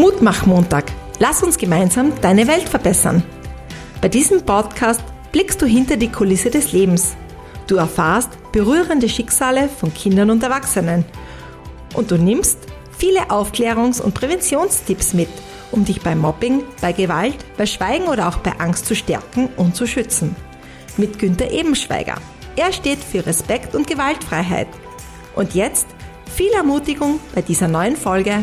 Mutmach-Montag. Lass uns gemeinsam deine Welt verbessern. Bei diesem Podcast blickst du hinter die Kulisse des Lebens. Du erfährst berührende Schicksale von Kindern und Erwachsenen. Und du nimmst viele Aufklärungs- und Präventionstipps mit, um dich bei Mobbing, bei Gewalt, bei Schweigen oder auch bei Angst zu stärken und zu schützen. Mit Günther Ebenschweiger. Er steht für Respekt und Gewaltfreiheit. Und jetzt viel Ermutigung bei dieser neuen Folge.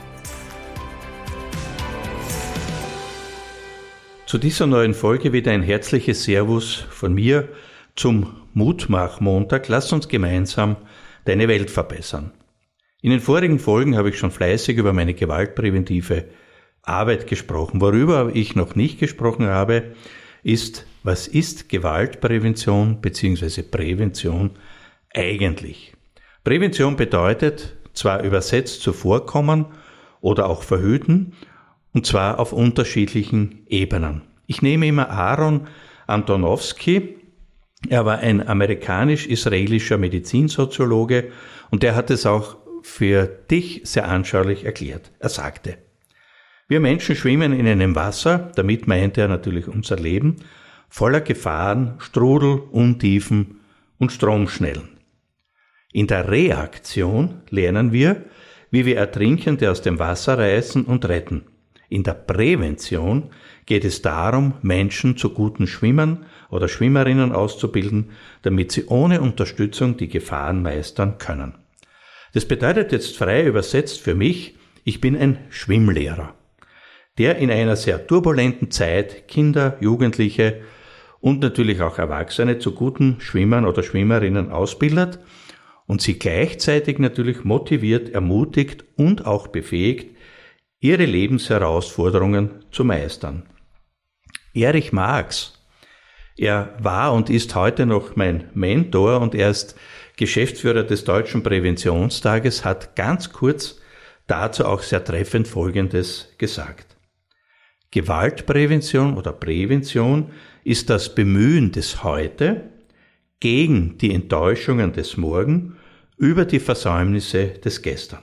Zu dieser neuen Folge wieder ein herzliches Servus von mir zum Mutmach-Montag. Lass uns gemeinsam deine Welt verbessern. In den vorigen Folgen habe ich schon fleißig über meine gewaltpräventive Arbeit gesprochen. Worüber ich noch nicht gesprochen habe, ist, was ist Gewaltprävention bzw. Prävention eigentlich? Prävention bedeutet zwar übersetzt zuvorkommen oder auch verhüten, und zwar auf unterschiedlichen Ebenen. Ich nehme immer Aaron Antonowski. Er war ein amerikanisch-israelischer Medizinsoziologe und der hat es auch für dich sehr anschaulich erklärt. Er sagte, wir Menschen schwimmen in einem Wasser, damit meinte er natürlich unser Leben, voller Gefahren, Strudel, Untiefen und Stromschnellen. In der Reaktion lernen wir, wie wir Ertrinkende aus dem Wasser reißen und retten. In der Prävention geht es darum, Menschen zu guten Schwimmern oder Schwimmerinnen auszubilden, damit sie ohne Unterstützung die Gefahren meistern können. Das bedeutet jetzt frei übersetzt für mich, ich bin ein Schwimmlehrer, der in einer sehr turbulenten Zeit Kinder, Jugendliche und natürlich auch Erwachsene zu guten Schwimmern oder Schwimmerinnen ausbildet und sie gleichzeitig natürlich motiviert, ermutigt und auch befähigt, ihre Lebensherausforderungen zu meistern. Erich Marx, er war und ist heute noch mein Mentor und er ist Geschäftsführer des Deutschen Präventionstages, hat ganz kurz dazu auch sehr treffend Folgendes gesagt. Gewaltprävention oder Prävention ist das Bemühen des Heute gegen die Enttäuschungen des Morgen über die Versäumnisse des Gestern.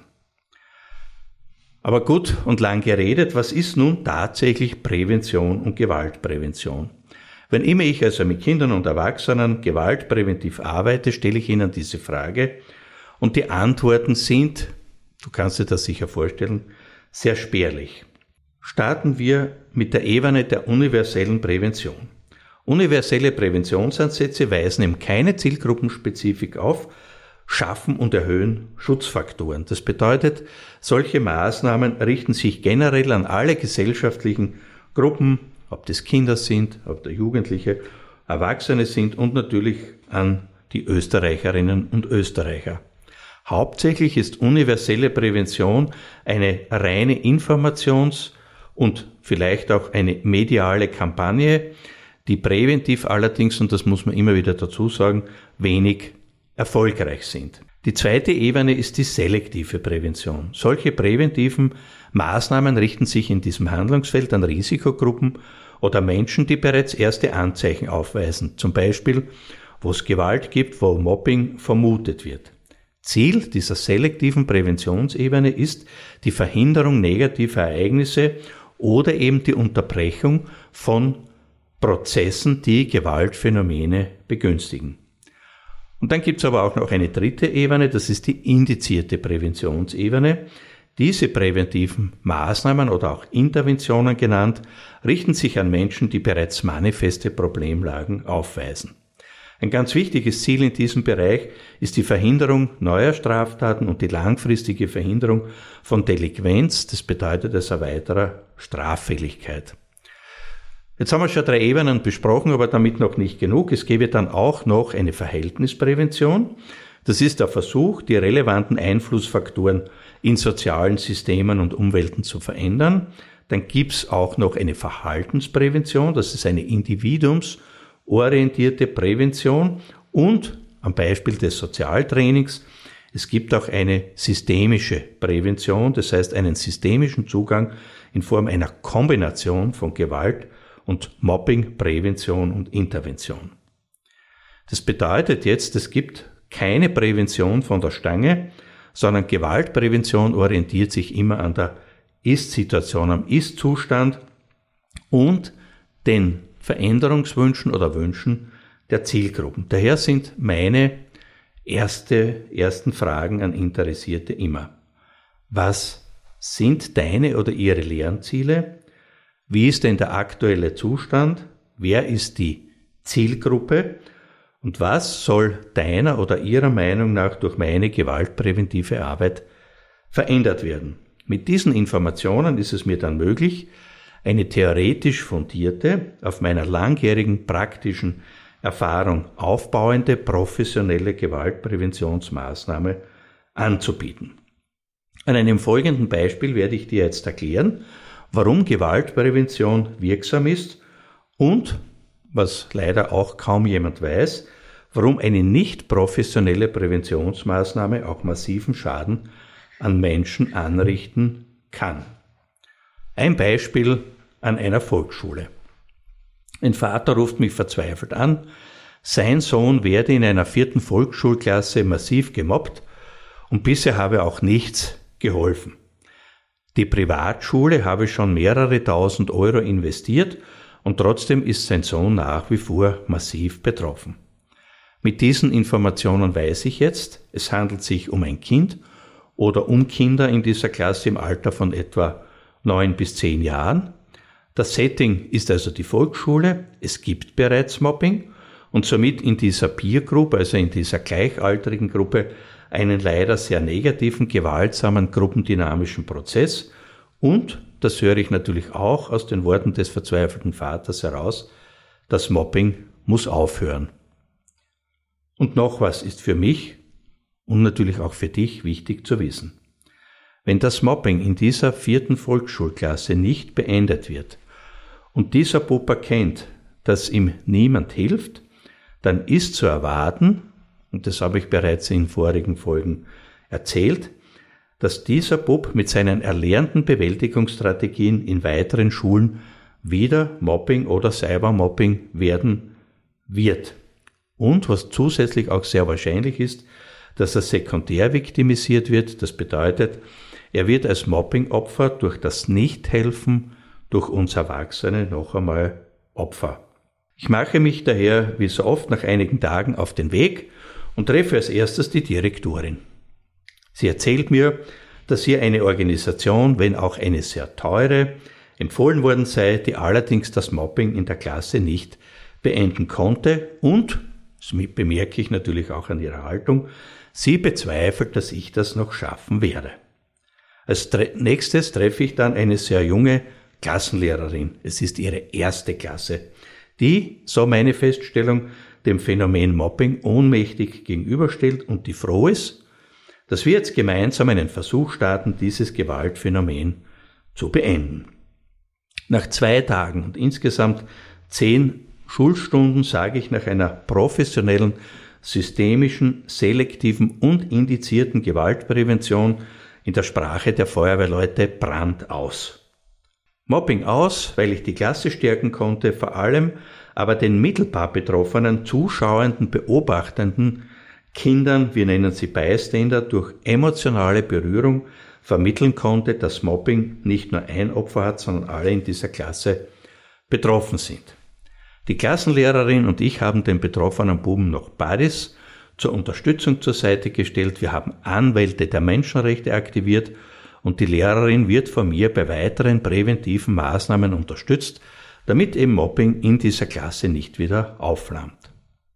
Aber gut und lang geredet, was ist nun tatsächlich Prävention und Gewaltprävention? Wenn immer ich also mit Kindern und Erwachsenen gewaltpräventiv arbeite, stelle ich ihnen diese Frage und die Antworten sind, du kannst dir das sicher vorstellen, sehr spärlich. Starten wir mit der Ebene der universellen Prävention. Universelle Präventionsansätze weisen eben keine Zielgruppenspezifik auf, schaffen und erhöhen Schutzfaktoren. Das bedeutet, solche Maßnahmen richten sich generell an alle gesellschaftlichen Gruppen, ob das Kinder sind, ob das Jugendliche, Erwachsene sind und natürlich an die Österreicherinnen und Österreicher. Hauptsächlich ist universelle Prävention eine reine Informations- und vielleicht auch eine mediale Kampagne, die präventiv allerdings, und das muss man immer wieder dazu sagen, wenig erfolgreich sind. Die zweite Ebene ist die selektive Prävention. Solche präventiven Maßnahmen richten sich in diesem Handlungsfeld an Risikogruppen oder Menschen, die bereits erste Anzeichen aufweisen, zum Beispiel, wo es Gewalt gibt, wo Mobbing vermutet wird. Ziel dieser selektiven Präventionsebene ist die Verhinderung negativer Ereignisse oder eben die Unterbrechung von Prozessen, die Gewaltphänomene begünstigen. Und dann gibt es aber auch noch eine dritte Ebene, das ist die indizierte Präventionsebene. Diese präventiven Maßnahmen oder auch Interventionen genannt, richten sich an Menschen, die bereits manifeste Problemlagen aufweisen. Ein ganz wichtiges Ziel in diesem Bereich ist die Verhinderung neuer Straftaten und die langfristige Verhinderung von Delinquenz, das bedeutet also weiterer Straffälligkeit. Jetzt haben wir schon 3 Ebenen besprochen, aber damit noch nicht genug. Es gäbe dann auch noch eine Verhältnisprävention. Das ist der Versuch, die relevanten Einflussfaktoren in sozialen Systemen und Umwelten zu verändern. Dann gibt es auch noch eine Verhaltensprävention, das ist eine individuumsorientierte Prävention und am Beispiel des Sozialtrainings, es gibt auch eine systemische Prävention, das heißt einen systemischen Zugang in Form einer Kombination von Gewalt und Mobbing, Prävention und Intervention. Das bedeutet jetzt, es gibt keine Prävention von der Stange, sondern Gewaltprävention orientiert sich immer an der Ist-Situation, am Ist-Zustand und den Veränderungswünschen oder Wünschen der Zielgruppen. Daher sind meine ersten Fragen an Interessierte immer: Was sind deine oder ihre Lernziele? Wie ist denn der aktuelle Zustand? Wer ist die Zielgruppe? Und was soll deiner oder ihrer Meinung nach durch meine gewaltpräventive Arbeit verändert werden? Mit diesen Informationen ist es mir dann möglich, eine theoretisch fundierte, auf meiner langjährigen praktischen Erfahrung aufbauende professionelle Gewaltpräventionsmaßnahme anzubieten. An einem folgenden Beispiel werde ich dir jetzt erklären, warum Gewaltprävention wirksam ist und, was leider auch kaum jemand weiß, warum eine nicht professionelle Präventionsmaßnahme auch massiven Schaden an Menschen anrichten kann. Ein Beispiel an einer Volksschule. Ein Vater ruft mich verzweifelt an, sein Sohn werde in einer 4. Volksschulklasse massiv gemobbt und bisher habe auch nichts geholfen. Die Privatschule habe schon mehrere tausend Euro investiert und trotzdem ist sein Sohn nach wie vor massiv betroffen. Mit diesen Informationen weiß ich jetzt, es handelt sich um ein Kind oder um Kinder in dieser Klasse im Alter von etwa 9 bis 10 Jahren. Das Setting ist also die Volksschule, es gibt bereits Mobbing und somit in dieser Peer Group, also in dieser gleichaltrigen Gruppe, einen leider sehr negativen, gewaltsamen, gruppendynamischen Prozess. Und, das höre ich natürlich auch aus den Worten des verzweifelten Vaters heraus, das Mobbing muss aufhören. Und noch was ist für mich und natürlich auch für dich wichtig zu wissen. Wenn das Mobbing in dieser 4. Volksschulklasse nicht beendet wird und dieser Bub erkennt, dass ihm niemand hilft, dann ist zu erwarten, und das habe ich bereits in vorigen Folgen erzählt, dass dieser Bub mit seinen erlernten Bewältigungsstrategien in weiteren Schulen wieder Mobbing oder Cybermobbing werden wird. Und was zusätzlich auch sehr wahrscheinlich ist, dass er sekundär viktimisiert wird. Das bedeutet, er wird als Mobbingopfer durch das Nichthelfen durch uns Erwachsene noch einmal Opfer. Ich mache mich daher wie so oft nach einigen Tagen auf den Weg und treffe als erstes die Direktorin. Sie erzählt mir, dass ihr eine Organisation, wenn auch eine sehr teure, empfohlen worden sei, die allerdings das Mobbing in der Klasse nicht beenden konnte und, das bemerke ich natürlich auch an ihrer Haltung, sie bezweifelt, dass ich das noch schaffen werde. Als nächstes treffe ich dann eine sehr junge Klassenlehrerin. Es ist ihre 1. Klasse, die, so meine Feststellung, dem Phänomen Mobbing ohnmächtig gegenüberstellt und die froh ist, dass wir jetzt gemeinsam einen Versuch starten, dieses Gewaltphänomen zu beenden. Nach 2 Tagen und insgesamt 10 Schulstunden sage ich nach einer professionellen, systemischen, selektiven und indizierten Gewaltprävention in der Sprache der Feuerwehrleute Brand aus. Mobbing aus, weil ich die Klasse stärken konnte, vor allem aber den mittelbar betroffenen, zuschauenden, beobachtenden Kindern, wir nennen sie Bystander, durch emotionale Berührung vermitteln konnte, dass Mobbing nicht nur ein Opfer hat, sondern alle in dieser Klasse betroffen sind. Die Klassenlehrerin und ich haben den betroffenen Buben noch Buddies zur Unterstützung zur Seite gestellt. Wir haben Anwälte der Menschenrechte aktiviert und die Lehrerin wird von mir bei weiteren präventiven Maßnahmen unterstützt, damit eben Mobbing in dieser Klasse nicht wieder aufflammt.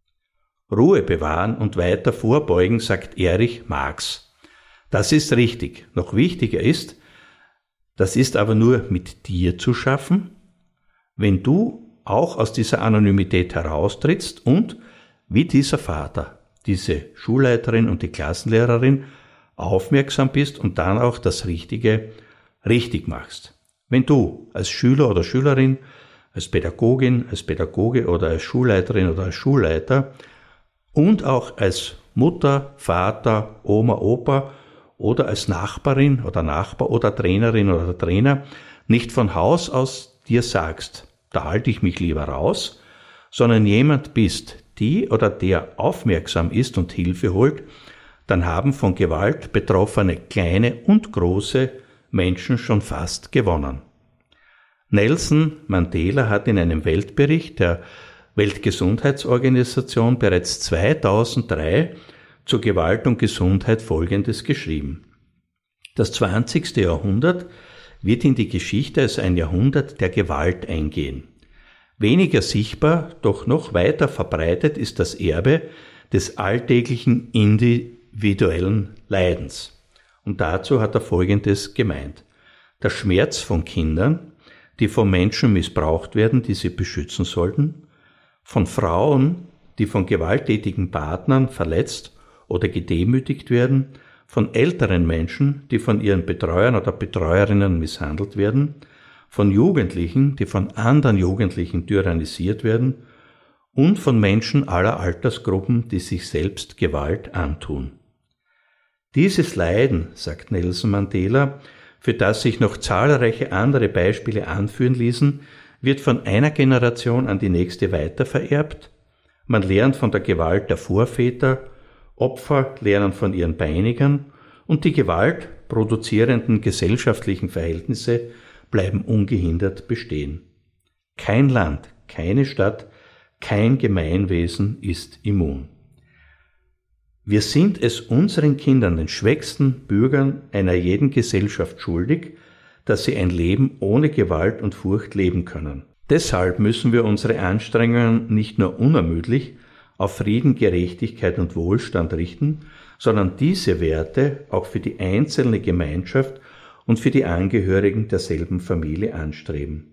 Ruhe bewahren und weiter vorbeugen, sagt Erich Marx. Das ist richtig. Noch wichtiger ist, das ist aber nur mit dir zu schaffen, wenn du auch aus dieser Anonymität heraustrittst und, wie dieser Vater, diese Schulleiterin und die Klassenlehrerin, aufmerksam bist und dann auch das Richtige richtig machst. Wenn du als Schüler oder Schülerin, als Pädagogin, als Pädagoge oder als Schulleiterin oder als Schulleiter und auch als Mutter, Vater, Oma, Opa oder als Nachbarin oder Nachbar oder Trainerin oder Trainer nicht von Haus aus dir sagst, da halte ich mich lieber raus, sondern jemand bist, die oder der aufmerksam ist und Hilfe holt, dann haben von Gewalt Betroffene kleine und große Menschen schon fast gewonnen. Nelson Mandela hat in einem Weltbericht der Weltgesundheitsorganisation bereits 2003 zu Gewalt und Gesundheit Folgendes geschrieben. Das 20. Jahrhundert wird in die Geschichte als ein Jahrhundert der Gewalt eingehen. Weniger sichtbar, doch noch weiter verbreitet ist das Erbe des alltäglichen individuellen Leidens. Und dazu hat er Folgendes gemeint. Der Schmerz von Kindern, die von Menschen missbraucht werden, die sie beschützen sollten, von Frauen, die von gewalttätigen Partnern verletzt oder gedemütigt werden, von älteren Menschen, die von ihren Betreuern oder Betreuerinnen misshandelt werden, von Jugendlichen, die von anderen Jugendlichen tyrannisiert werden und von Menschen aller Altersgruppen, die sich selbst Gewalt antun. Dieses Leiden, sagt Nelson Mandela, für das sich noch zahlreiche andere Beispiele anführen ließen, wird von einer Generation an die nächste weitervererbt. Man lernt von der Gewalt der Vorväter, Opfer lernen von ihren Peinigern und die Gewalt produzierenden gesellschaftlichen Verhältnisse bleiben ungehindert bestehen. Kein Land, keine Stadt, kein Gemeinwesen ist immun. Wir sind es unseren Kindern, den schwächsten Bürgern einer jeden Gesellschaft schuldig, dass sie ein Leben ohne Gewalt und Furcht leben können. Deshalb müssen wir unsere Anstrengungen nicht nur unermüdlich auf Frieden, Gerechtigkeit und Wohlstand richten, sondern diese Werte auch für die einzelne Gemeinschaft und für die Angehörigen derselben Familie anstreben.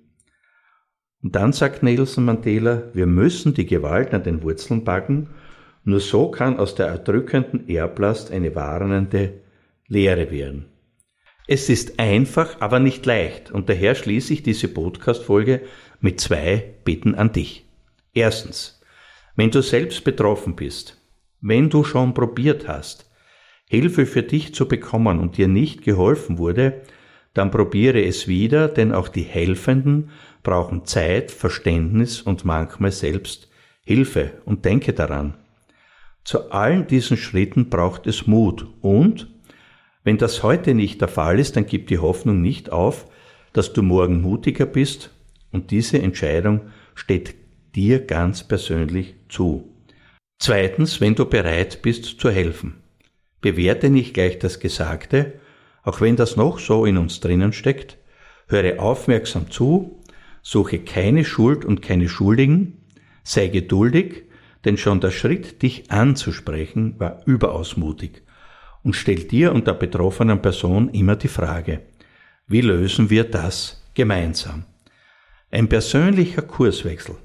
Und dann sagt Nelson Mandela, wir müssen die Gewalt an den Wurzeln packen, nur so kann aus der erdrückenden Erblast eine warnende Lehre werden. Es ist einfach, aber nicht leicht und daher schließe ich diese Podcast-Folge mit 2 Bitten an dich. Erstens, wenn du selbst betroffen bist, wenn du schon probiert hast, Hilfe für dich zu bekommen und dir nicht geholfen wurde, dann probiere es wieder, denn auch die Helfenden brauchen Zeit, Verständnis und manchmal selbst Hilfe. Und denke daran, zu allen diesen Schritten braucht es Mut und, wenn das heute nicht der Fall ist, dann gib die Hoffnung nicht auf, dass du morgen mutiger bist und diese Entscheidung steht dir ganz persönlich zu. Zweitens, wenn du bereit bist zu helfen. Bewerte nicht gleich das Gesagte, auch wenn das noch so in uns drinnen steckt. Höre aufmerksam zu, suche keine Schuld und keine Schuldigen, sei geduldig, denn schon der Schritt, dich anzusprechen, war überaus mutig und stell dir und der betroffenen Person immer die Frage, wie lösen wir das gemeinsam? Ein persönlicher Kurswechsel,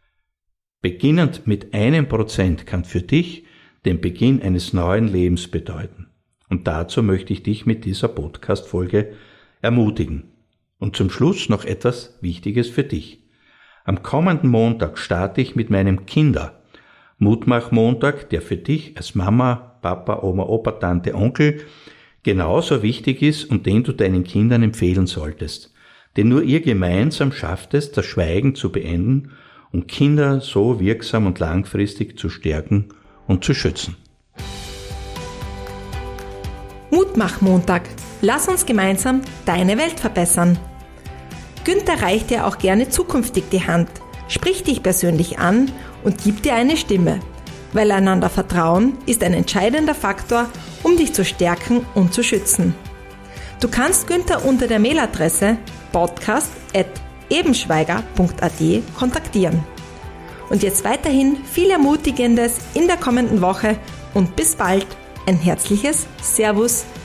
beginnend mit 1% kann für dich den Beginn eines neuen Lebens bedeuten. Und dazu möchte ich dich mit dieser Podcast-Folge ermutigen. Und zum Schluss noch etwas Wichtiges für dich. Am kommenden Montag starte ich mit meinem Mutmach-Montag, der für dich als Mama, Papa, Oma, Opa, Tante, Onkel genauso wichtig ist und den du deinen Kindern empfehlen solltest. Denn nur ihr gemeinsam schafft es, das Schweigen zu beenden und Kinder so wirksam und langfristig zu stärken und zu schützen. Mutmach-Montag. Lass uns gemeinsam deine Welt verbessern. Günther reicht dir auch gerne zukünftig die Hand, spricht dich persönlich an und gibt dir eine Stimme. Weil einander Vertrauen ist ein entscheidender Faktor, um dich zu stärken und zu schützen. Du kannst Günther unter der Mailadresse podcast@ebenschweiger.at kontaktieren. Und jetzt weiterhin viel Ermutigendes in der kommenden Woche und bis bald. Ein herzliches Servus